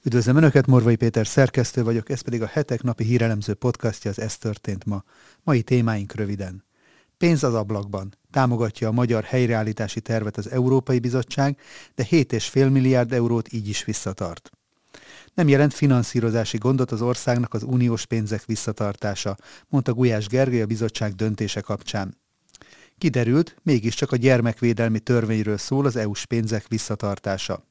Üdvözlöm Önöket, Morvai Péter szerkesztő vagyok, ez pedig a Hetek napi hírelemző podcastja, az Ez történt ma. Mai témáink röviden. Pénz az ablakban. Támogatja a magyar helyreállítási tervet az Európai Bizottság, de 7,5 milliárd eurót így is visszatart. Nem jelent finanszírozási gondot az országnak az uniós pénzek visszatartása, mondta Gulyás Gergely a bizottság döntése kapcsán. Kiderült, mégiscsak a gyermekvédelmi törvényről szól az EU-s pénzek visszatartása.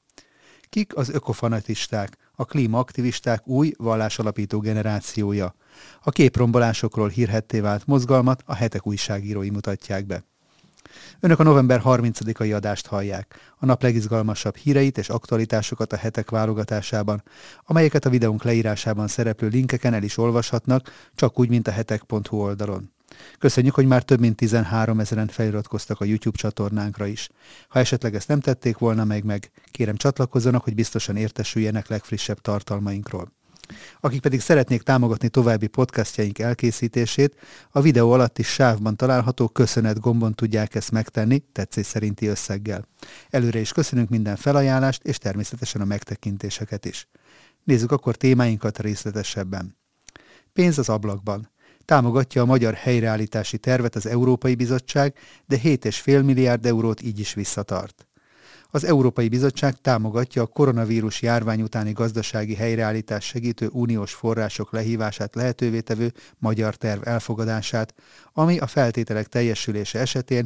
Kik az ökofanatisták, a klímaaktivisták új vallásalapító generációja? A képrombolásokról hírhedté vált mozgalmat a Hetek újságírói mutatják be. Önök a november 30-ai adást hallják, a nap legizgalmasabb híreit és aktualitásokat a Hetek válogatásában, amelyeket a videónk leírásában szereplő linkeken el is olvashatnak, csak úgy, mint a hetek.hu oldalon. Köszönjük, hogy már több mint 13 000-en feliratkoztak a YouTube csatornánkra is. Ha esetleg ezt nem tették volna meg, kérem csatlakozzanak, hogy biztosan értesüljenek legfrissebb tartalmainkról. Akik pedig szeretnék támogatni további podcastjaink elkészítését, a videó alatti sávban található köszönet gombon tudják ezt megtenni tetszés szerinti összeggel. Előre is köszönünk minden felajánlást, és természetesen a megtekintéseket is. Nézzük akkor témáinkat részletesebben. Pénz az ablakban. Támogatja a magyar helyreállítási tervet az Európai Bizottság, de 7,5 milliárd eurót így is visszatart. Az Európai Bizottság támogatja a koronavírus járvány utáni gazdasági helyreállítás segítő uniós források lehívását lehetővé tevő magyar terv elfogadását, ami a feltételek teljesülése esetén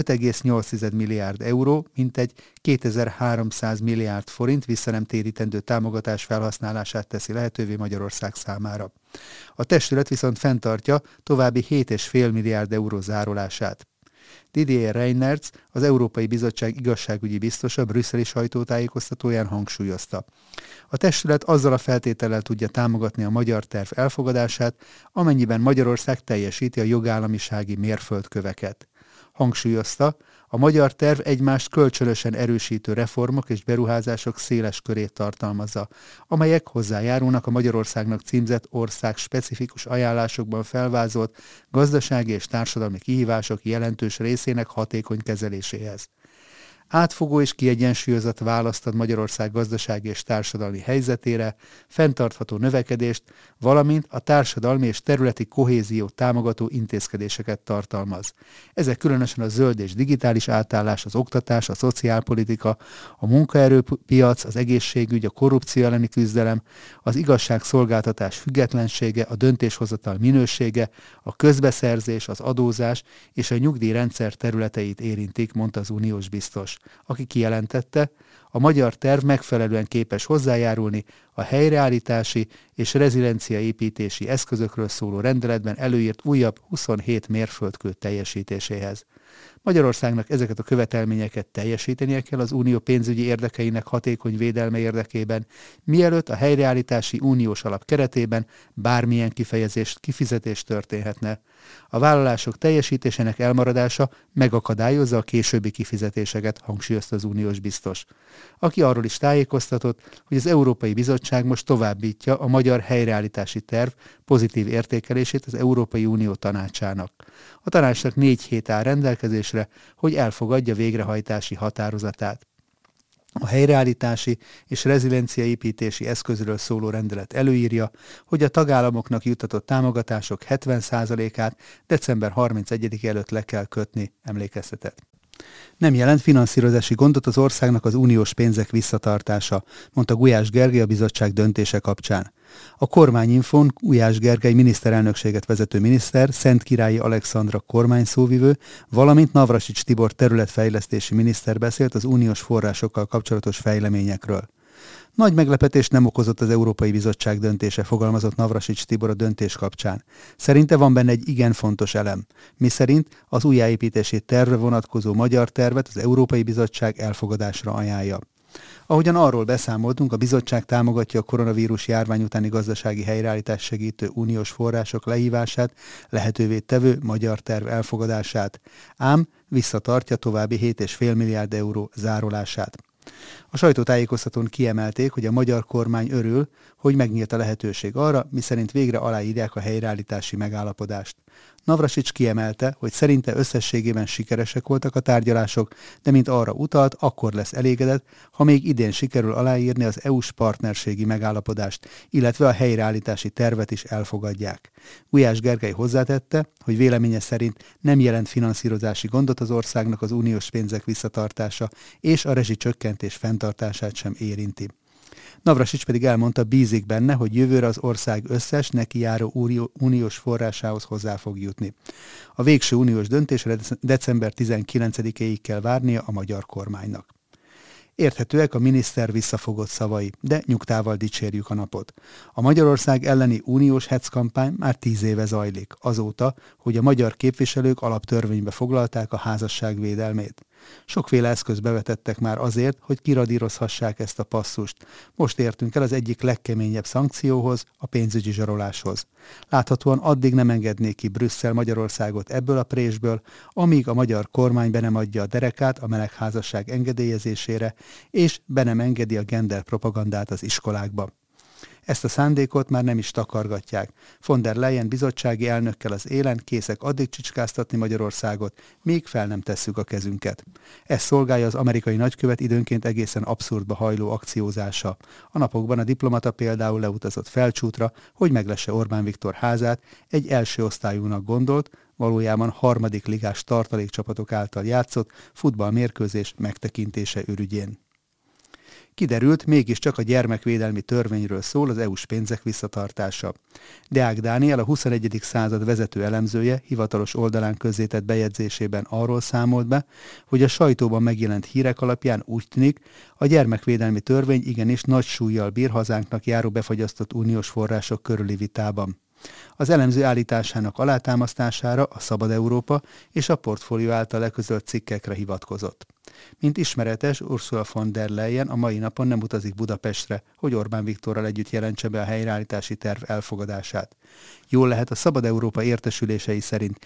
5,8 milliárd euró, mintegy 2300 milliárd forint visszanemtérítendő támogatás felhasználását teszi lehetővé Magyarország számára. A testület viszont fenntartja további 7,5 milliárd euró zárolását. Didier Reynders, az Európai Bizottság igazságügyi biztosa brüsszeli sajtótájékoztatóján hangsúlyozta. A testület azzal a feltétellel tudja támogatni a magyar terv elfogadását, amennyiben Magyarország teljesíti a jogállamisági mérföldköveket. Hangsúlyozta, a magyar terv egymást kölcsönösen erősítő reformok és beruházások széles körét tartalmazza, amelyek hozzájárulnak a Magyarországnak címzett ország specifikus ajánlásokban felvázolt gazdasági és társadalmi kihívások jelentős részének hatékony kezeléséhez. Átfogó és kiegyensúlyozott választ ad Magyarország gazdasági és társadalmi helyzetére, fenntartható növekedést, valamint a társadalmi és területi kohéziót támogató intézkedéseket tartalmaz. Ezek különösen a zöld és digitális átállás, az oktatás, a szociálpolitika, a munkaerőpiac, az egészségügy, a korrupció elleni küzdelem, az igazságszolgáltatás függetlensége, a döntéshozatal minősége, a közbeszerzés, az adózás és a nyugdíjrendszer területeit érintik, mondta az uniós biztos, aki kijelentette, a magyar terv megfelelően képes hozzájárulni a helyreállítási és rezilienciaépítési eszközökről szóló rendeletben előírt újabb 27 mérföldkő teljesítéséhez. Magyarországnak ezeket a követelményeket teljesítenie kell az unió pénzügyi érdekeinek hatékony védelme érdekében, mielőtt a helyreállítási uniós alap keretében bármilyen kifizetés történhetne. A vállalások teljesítésének elmaradása megakadályozza a későbbi kifizetéseket, hangsúlyozta az uniós biztos, aki arról is tájékoztatott, hogy az Európai Bizottság most továbbítja a magyar helyreállítási terv pozitív értékelését az Európai Unió tanácsának. A tanácsnak 4 hét áll rendelkezésre, hogy elfogadja végrehajtási határozatát. A helyreállítási és rezilienciaépítési eszközről szóló rendelet előírja, hogy a tagállamoknak juttatott támogatások 70%-át december 31 előtt le kell kötni, emlékeztetett. Nem jelent finanszírozási gondot az országnak az uniós pénzek visszatartása, mondta Gulyás Gergely a bizottság döntése kapcsán. A kormányinfón Gulyás Gergely miniszterelnökséget vezető miniszter, Szentkirályi Alexandra kormányszóvivő, valamint Navracsics Tibor területfejlesztési miniszter beszélt az uniós forrásokkal kapcsolatos fejleményekről. Nagy meglepetést nem okozott az Európai Bizottság döntése, fogalmazott Navracsics Tibor a döntés kapcsán. Szerinte van benne egy igen fontos elem, miszerint az újjáépítési tervre vonatkozó magyar tervet az Európai Bizottság elfogadásra ajánlja. Ahogyan arról beszámoltunk, a bizottság támogatja a koronavírus járvány utáni gazdasági helyreállítás segítő uniós források lehívását, lehetővé tevő magyar terv elfogadását, ám visszatartja további 7,5 milliárd euró zárolását. A sajtótájékoztatón kiemelték, hogy a magyar kormány örül, hogy megnyílt a lehetőség arra, miszerint végre aláírják a helyreállítási megállapodást. Navracsics kiemelte, hogy szerinte összességében sikeresek voltak a tárgyalások, de mint arra utalt, akkor lesz elégedett, ha még idén sikerül aláírni az EU-s partnerségi megállapodást, illetve a helyreállítási tervet is elfogadják. Gulyás Gergely hozzátette, hogy véleménye szerint nem jelent finanszírozási gondot az országnak az uniós pénzek visszatartása, és a rezsicsökkentés fenntartását sem érinti. Navracsics pedig elmondta, bízik benne, hogy jövőre az ország összes neki járó uniós forrásához hozzá fog jutni. A végső uniós döntésre december 19-éig kell várnia a magyar kormánynak. Érthetőek a miniszter visszafogott szavai, de nyugtával dicsérjük a napot. A Magyarország elleni uniós hetzkampány már 10 éve zajlik, azóta, hogy a magyar képviselők alaptörvénybe foglalták a házasság védelmét. Sokféle eszköz bevetettek már azért, hogy kiradírozhassák ezt a passzust. Most értünk el az egyik legkeményebb szankcióhoz, a pénzügyi zsaroláshoz. Láthatóan addig nem engedné ki Brüsszel Magyarországot ebből a présből, amíg a magyar kormány be nem adja a derekát a melegházasság engedélyezésére, és be nem engedi a gender propagandát az iskolákba. Ezt a szándékot már nem is takargatják. Von der Leyen bizottsági elnökkel az élen készek addig csicskáztatni Magyarországot, míg fel nem tesszük a kezünket. Ez szolgálja az amerikai nagykövet időnként egészen abszurdba hajló akciózása. A napokban a diplomata például leutazott Felcsútra, hogy meglesse Orbán Viktor házát, egy első osztályúnak gondolt, valójában harmadik ligás tartalékcsapatok által játszott futballmérkőzés megtekintése ürügyén. Kiderült, mégiscsak a gyermekvédelmi törvényről szól az EU-s pénzek visszatartása. Deák Dániel, a 21. század vezető elemzője hivatalos oldalán közzétett bejegyzésében arról számolt be, hogy a sajtóban megjelent hírek alapján úgy tűnik, a gyermekvédelmi törvény igenis nagy súllyal bír hazánknak járó befagyasztott uniós források körüli vitában. Az elemző állításának alátámasztására a Szabad Európa és a Portfólió által leközölt cikkekre hivatkozott. Mint ismeretes, Ursula von der Leyen a mai napon nem utazik Budapestre, hogy Orbán Viktorral együtt jelentse be a helyreállítási terv elfogadását. Jól lehet, a Szabad Európa értesülései szerint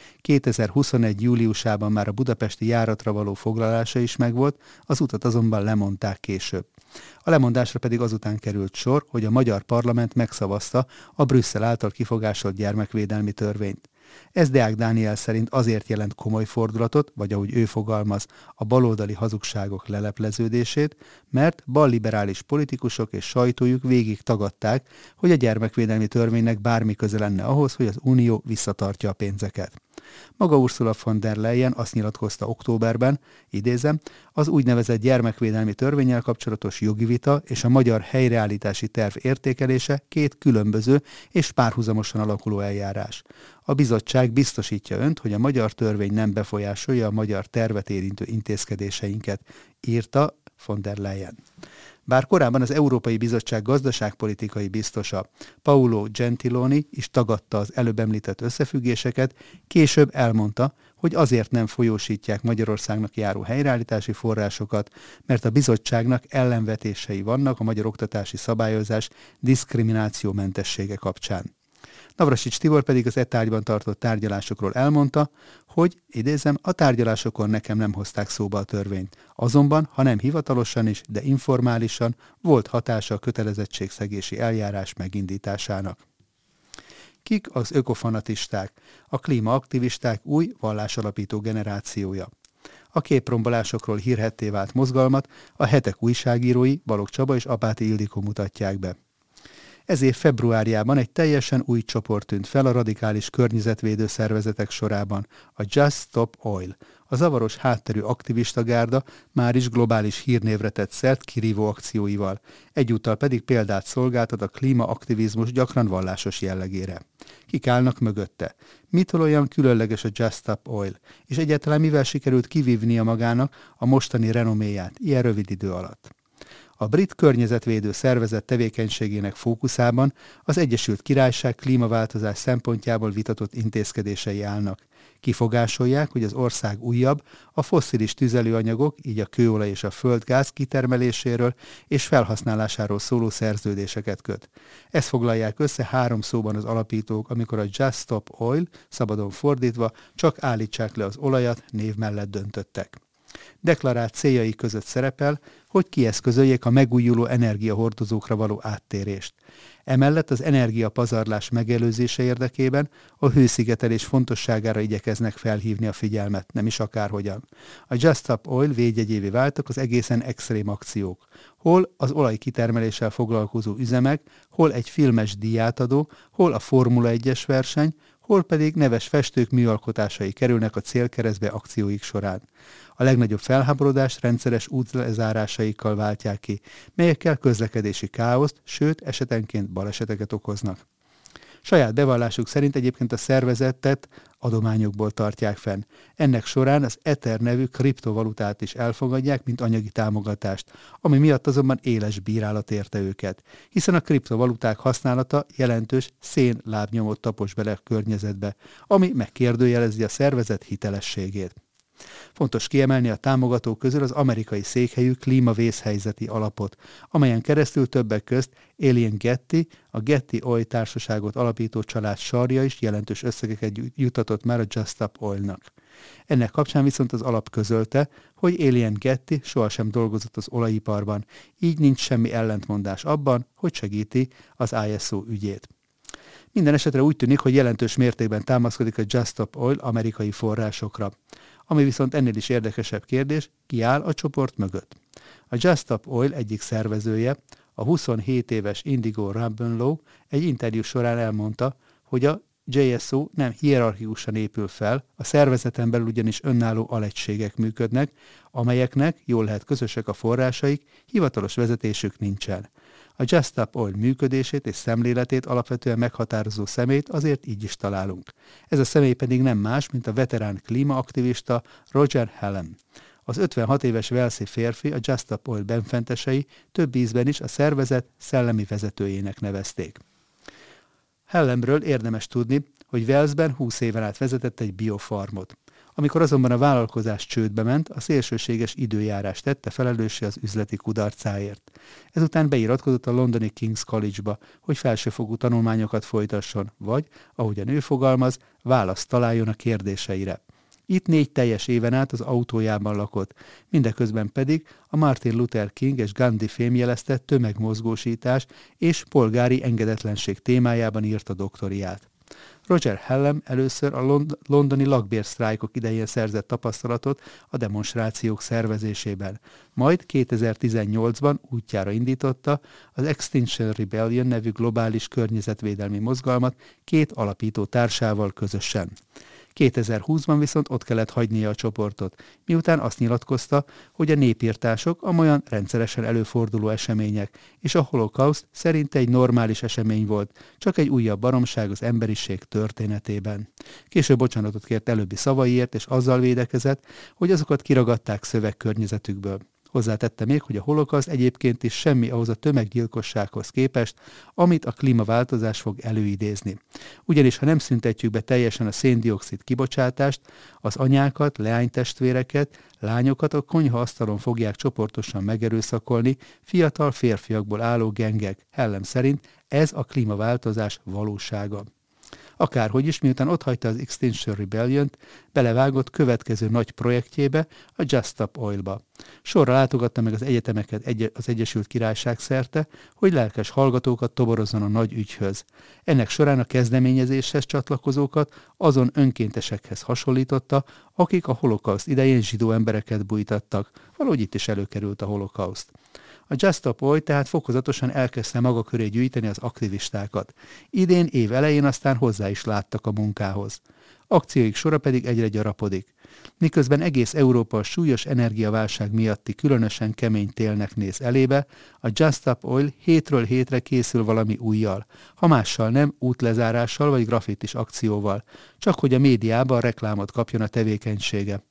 2021. júliusában már a budapesti járatra való foglalása is megvolt, az utat azonban lemondták később. A lemondásra pedig azután került sor, hogy a magyar parlament megszavazta a Brüsszel által kifogásolt gyermekvédelmi törvényt. Ez Deák Dániel szerint azért jelent komoly fordulatot, vagy ahogy ő fogalmaz, a baloldali hazugságok lelepleződését, mert balliberális politikusok és sajtójuk végig tagadták, hogy a gyermekvédelmi törvénynek bármi köze lenne ahhoz, hogy az Unió visszatartja a pénzeket. Maga Ursula von der Leyen azt nyilatkozta októberben, idézem, az úgynevezett gyermekvédelmi törvénnyel kapcsolatos jogi vita és a magyar helyreállítási terv értékelése két különböző és párhuzamosan alakuló eljárás. A bizottság biztosítja önt, hogy a magyar törvény nem befolyásolja a magyar tervet érintő intézkedéseinket, írta von der Leyen. Bár korábban az Európai Bizottság gazdaságpolitikai biztosa Paolo Gentiloni is tagadta az előbb említett összefüggéseket, később elmondta, hogy azért nem folyósítják Magyarországnak járó helyreállítási forrásokat, mert a bizottságnak ellenvetései vannak a magyar oktatási szabályozás diszkriminációmentessége kapcsán. Navracsics Tibor pedig az tárgyban tartott tárgyalásokról elmondta, hogy, idézem, a tárgyalásokon nekem nem hozták szóba a törvényt. Azonban, ha nem hivatalosan is, de informálisan volt hatása a kötelezettségszegési eljárás megindításának. Kik az ökofanatisták, a klímaaktivisták új vallásalapító generációja? A képrombolásokról hírhedté vált mozgalmat a Hetek újságírói Balogh Csaba és Apáti Ildikó mutatják be. Ez év februárjában egy teljesen új csoport tűnt fel a radikális környezetvédő szervezetek sorában, a Just Stop Oil. A zavaros hátterű aktivista gárda már is globális hírnévre tett szert kirívó akcióival, egyúttal pedig példát szolgáltat a klímaaktivizmus gyakran vallásos jellegére. Kik állnak mögötte? Mitől olyan különleges a Just Stop Oil, és egyáltalán mivel sikerült kivívnia magának a mostani renoméját ilyen rövid idő alatt? A brit környezetvédő szervezet tevékenységének fókuszában az Egyesült Királyság klímaváltozás szempontjából vitatott intézkedései állnak. Kifogásolják, hogy az ország újabb, a fosszilis tüzelőanyagok, így a kőolaj és a földgáz kitermeléséről és felhasználásáról szóló szerződéseket köt. Ezt foglalják össze 3 szóban az alapítók, amikor a Just Stop Oil, szabadon fordítva, csak állítsák le az olajat név mellett döntöttek. Deklarált céljai között szerepel, hogy kieszközöljék a megújuló energiahordozókra való áttérést. Emellett az energiapazarlás megelőzése érdekében a hőszigetelés fontosságára igyekeznek felhívni a figyelmet, nem is akárhogyan. A Just Stop Oil védjegyévé váltak az egészen extrém akciók. Hol az olajkitermeléssel foglalkozó üzemek, hol egy filmes díjátadó, hol a Formula 1-es verseny, hol pedig neves festők műalkotásai kerülnek a célkeresztbe akcióik során. A legnagyobb felháborodást rendszeres útlezárásaikkal váltják ki, melyekkel közlekedési káoszt, sőt esetenként baleseteket okoznak. Saját bevallásuk szerint egyébként a szervezetet adományokból tartják fenn. Ennek során az Ether nevű kriptovalutát is elfogadják, mint anyagi támogatást, ami miatt azonban éles bírálat érte őket, hiszen a kriptovaluták használata jelentős szénlábnyomot tapos bele a környezetbe, ami megkérdőjelezi a szervezet hitelességét. Fontos kiemelni a támogatók közül az amerikai székhelyű klímavészhelyzeti alapot, amelyen keresztül többek közt Alien Getty, a Getty Oil társaságot alapító család sarja is jelentős összegeket juttatott már a Just Stop Oilnak. Ennek kapcsán viszont az alap közölte, hogy Alien Getty sohasem dolgozott az olajiparban, így nincs semmi ellentmondás abban, hogy segíti az ISO ügyét. Minden esetre úgy tűnik, hogy jelentős mértékben támaszkodik a Just Stop Oil amerikai forrásokra. Ami viszont ennél is érdekesebb kérdés, ki áll a csoport mögött. A Just Stop Oil egyik szervezője, a 27 éves Indigo Rabunlow egy interjú során elmondta, hogy a JSO nem hierarchikusan épül fel, a szervezeten belül ugyanis önálló alegységek működnek, amelyeknek jól lehet közösek a forrásaik, hivatalos vezetésük nincsen. A Just Stop Oil működését és szemléletét alapvetően meghatározó személyt azért így is találunk. Ez a személy pedig nem más, mint a veterán klímaaktivista Roger Hallam. Az 56 éves walesi férfi a Just Stop Oil benfentesei több ízben is a szervezet szellemi vezetőjének nevezték. Hallamről érdemes tudni, hogy Walesben 20 éven át vezetett egy biofarmot. Amikor azonban a vállalkozás csődbe ment, a szélsőséges időjárás tette felelőssé az üzleti kudarcáért. Ezután beiratkozott a londoni King's College-ba, hogy felsőfokú tanulmányokat folytasson, vagy, ahogyan ő fogalmaz, választ találjon a kérdéseire. Itt 4 teljes éven át az autójában lakott, mindeközben pedig a Martin Luther King és Gandhi fémjelezte tömegmozgósítás és polgári engedetlenség témájában írta doktoriát. Roger Hallam először a londoni lakbérsztrájkok idején szerzett tapasztalatot a demonstrációk szervezésében, majd 2018-ban útjára indította az Extinction Rebellion nevű globális környezetvédelmi mozgalmat 2 alapító társával közösen. 2020-ban viszont ott kellett hagynia a csoportot, miután azt nyilatkozta, hogy a népirtások amolyan rendszeresen előforduló események, és a holokauszt szerinte egy normális esemény volt, csak egy újabb baromság az emberiség történetében. Később bocsánatot kért előbbi szavaiért, és azzal védekezett, hogy azokat kiragadták szövegkörnyezetükből. Hozzátette még, hogy a holokauszt egyébként is semmi ahhoz a tömeggyilkossághoz képest, amit a klímaváltozás fog előidézni. Ugyanis ha nem szüntetjük be teljesen a szén-dioxid kibocsátást, az anyákat, leánytestvéreket, lányokat a konyhaasztalon fogják csoportosan megerőszakolni fiatal férfiakból álló gengek. Hallam szerint ez a klímaváltozás valósága. Akárhogy is, miután otthagyta az Extinction Rebellion-t, belevágott következő nagy projektjébe, a Just Stop Oilba. Sorra látogatta meg az egyetemeket az Egyesült Királyság szerte, hogy lelkes hallgatókat toborozzon a nagy ügyhöz. Ennek során a kezdeményezéshez csatlakozókat azon önkéntesekhez hasonlította, akik a holokauszt idején zsidó embereket bújtattak. Valahogy itt is előkerült a holokauszt. A Just Stop Oil tehát fokozatosan elkezdte maga köré gyűjteni az aktivistákat. Idén év elején aztán hozzá is láttak a munkához. Akcióik sora pedig egyre gyarapodik. Miközben egész Európa a súlyos energiaválság miatti különösen kemény télnek néz elébe, a Just Stop Oil hétről hétre készül valami újjal, ha mással nem, útlezárással vagy graffitis akcióval, csak hogy a médiában reklámot kapjon a tevékenysége.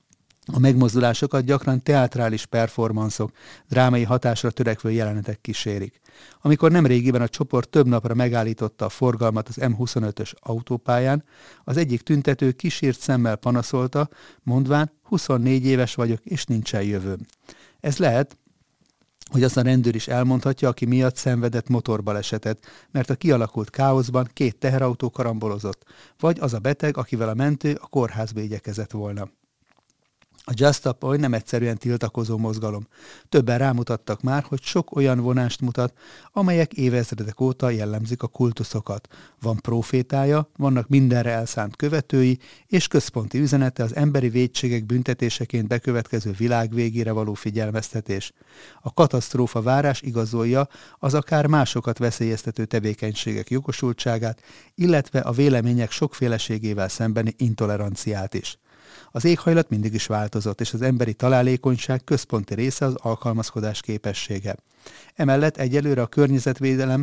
A megmozdulásokat gyakran teátrális performanszok, drámai hatásra törekvő jelenetek kísérik. Amikor nemrégiben a csoport több napra megállította a forgalmat az M25-ös autópályán, az egyik tüntető kísírt szemmel panaszolta, mondván 24 éves vagyok és nincsen jövőm. Ez lehet, hogy azt a rendőr is elmondhatja, aki miatt szenvedett motorbalesetet, mert a kialakult káoszban 2 teherautó karambolozott, vagy az a beteg, akivel a mentő a kórházba igyekezett volna. A Just Stop Oil nem egyszerűen tiltakozó mozgalom. Többen rámutattak már, hogy sok olyan vonást mutat, amelyek évezredek óta jellemzik a kultuszokat. Van profétája, vannak mindenre elszánt követői, és központi üzenete az emberi vétségek büntetéseként bekövetkező világ végére való figyelmeztetés. A katasztrófa várás igazolja az akár másokat veszélyeztető tevékenységek jogosultságát, illetve a vélemények sokféleségével szembeni intoleranciát is. Az éghajlat mindig is változott, és az emberi találékonyság központi része az alkalmazkodás képessége. Emellett egyelőre a környezetvédelemben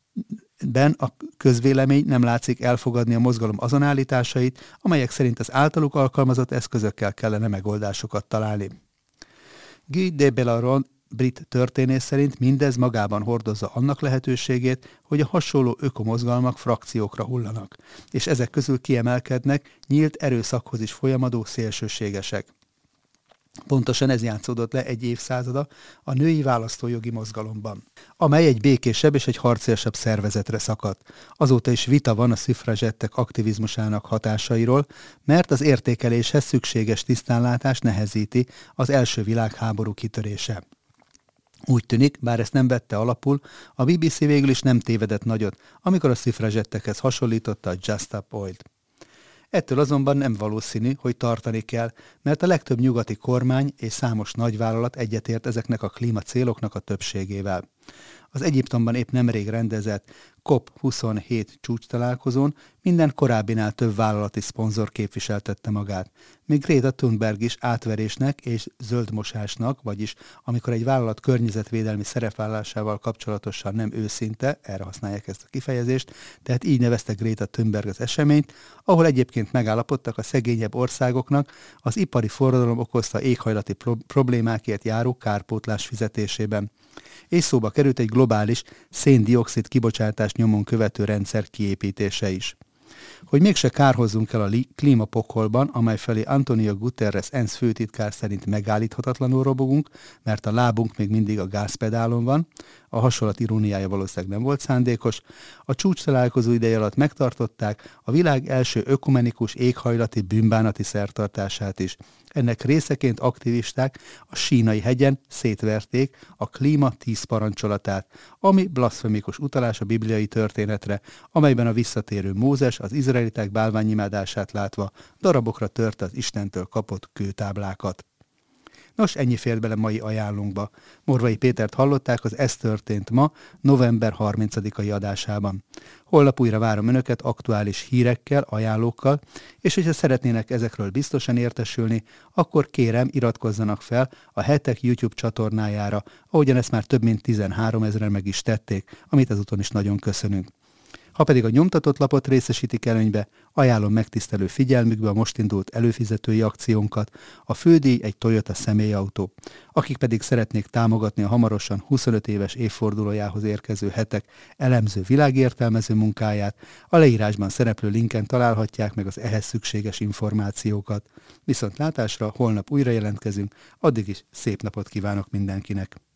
a közvélemény nem látszik elfogadni a mozgalom azon állításait, amelyek szerint az általuk alkalmazott eszközökkel kellene megoldásokat találni. Guy de Belleron brit történész szerint mindez magában hordozza annak lehetőségét, hogy a hasonló ökomozgalmak frakciókra hullanak, és ezek közül kiemelkednek nyílt erőszakhoz is folyamadó szélsőségesek. Pontosan ez játszódott le egy évszázada a női választójogi mozgalomban, amely egy békésebb és egy harcélsabb szervezetre szakadt. Azóta is vita van a szüffrazsettek aktivizmusának hatásairól, mert az értékeléshez szükséges tisztánlátás nehezíti az első világháború kitörése. Úgy tűnik, bár ezt nem vette alapul, a BBC végül is nem tévedett nagyot, amikor a szüffrazsettekhez hasonlította a Just Stop Oilt. Ettől azonban nem valószínű, hogy tartani kell, mert a legtöbb nyugati kormány és számos nagyvállalat egyetért ezeknek a klímacéloknak a többségével. Az Egyiptomban épp nemrég rendezett COP27 csúcstalálkozón minden korábbinál több vállalati szponzor képviseltette magát, míg Greta Thunberg is átverésnek és zöldmosásnak, vagyis amikor egy vállalat környezetvédelmi szerepvállalásával kapcsolatosan nem őszinte, erre használják ezt a kifejezést, tehát így nevezte Greta Thunberg az eseményt, ahol egyébként megállapodtak a szegényebb országoknak az ipari forradalom okozta éghajlati problémákért járó kárpótlás fizetésében. És szóba került egy globális szén-dioxid kibocsátás nyomon követő rendszer kiépítése is. Hogy mégse kárhozzunk el a klímapokolban, amely felé Antonio Guterres ENSZ főtitkár szerint megállíthatatlanul robogunk, mert a lábunk még mindig a gázpedálon van, a hasonlat iróniája valószínűleg nem volt szándékos, a csúcs találkozó ideje alatt megtartották a világ első ökumenikus éghajlati bűnbánati szertartását is. Ennek részeként aktivisták a Sínai hegyen szétverték a klíma 10 parancsolatát, ami blaszfemikus utalás a bibliai történetre, amelyben a visszatérő Mózes az izraeliták bálványimádását látva darabokra törte az Istentől kapott kőtáblákat. Nos, ennyi fért bele mai ajánlónkba. Morvai Pétert hallották az Ez történt ma, november 30-ai adásában. Holnap újra várom Önöket aktuális hírekkel, ajánlókkal, és hogyha szeretnének ezekről biztosan értesülni, akkor kérem, iratkozzanak fel a Hetek YouTube csatornájára, ahogyan ezt már több mint 13 000-en meg is tették, amit ezúton is nagyon köszönünk. Ha pedig a nyomtatott lapot részesítik előnybe, ajánlom megtisztelő figyelmükbe a most indult előfizetői akciónkat, a fődíj egy Toyota személyautó. Akik pedig szeretnék támogatni a hamarosan 25 éves évfordulójához érkező Hetek elemző világértelmező munkáját, a leírásban szereplő linken találhatják meg az ehhez szükséges információkat. Viszontlátásra holnap újra jelentkezünk, addig is szép napot kívánok mindenkinek!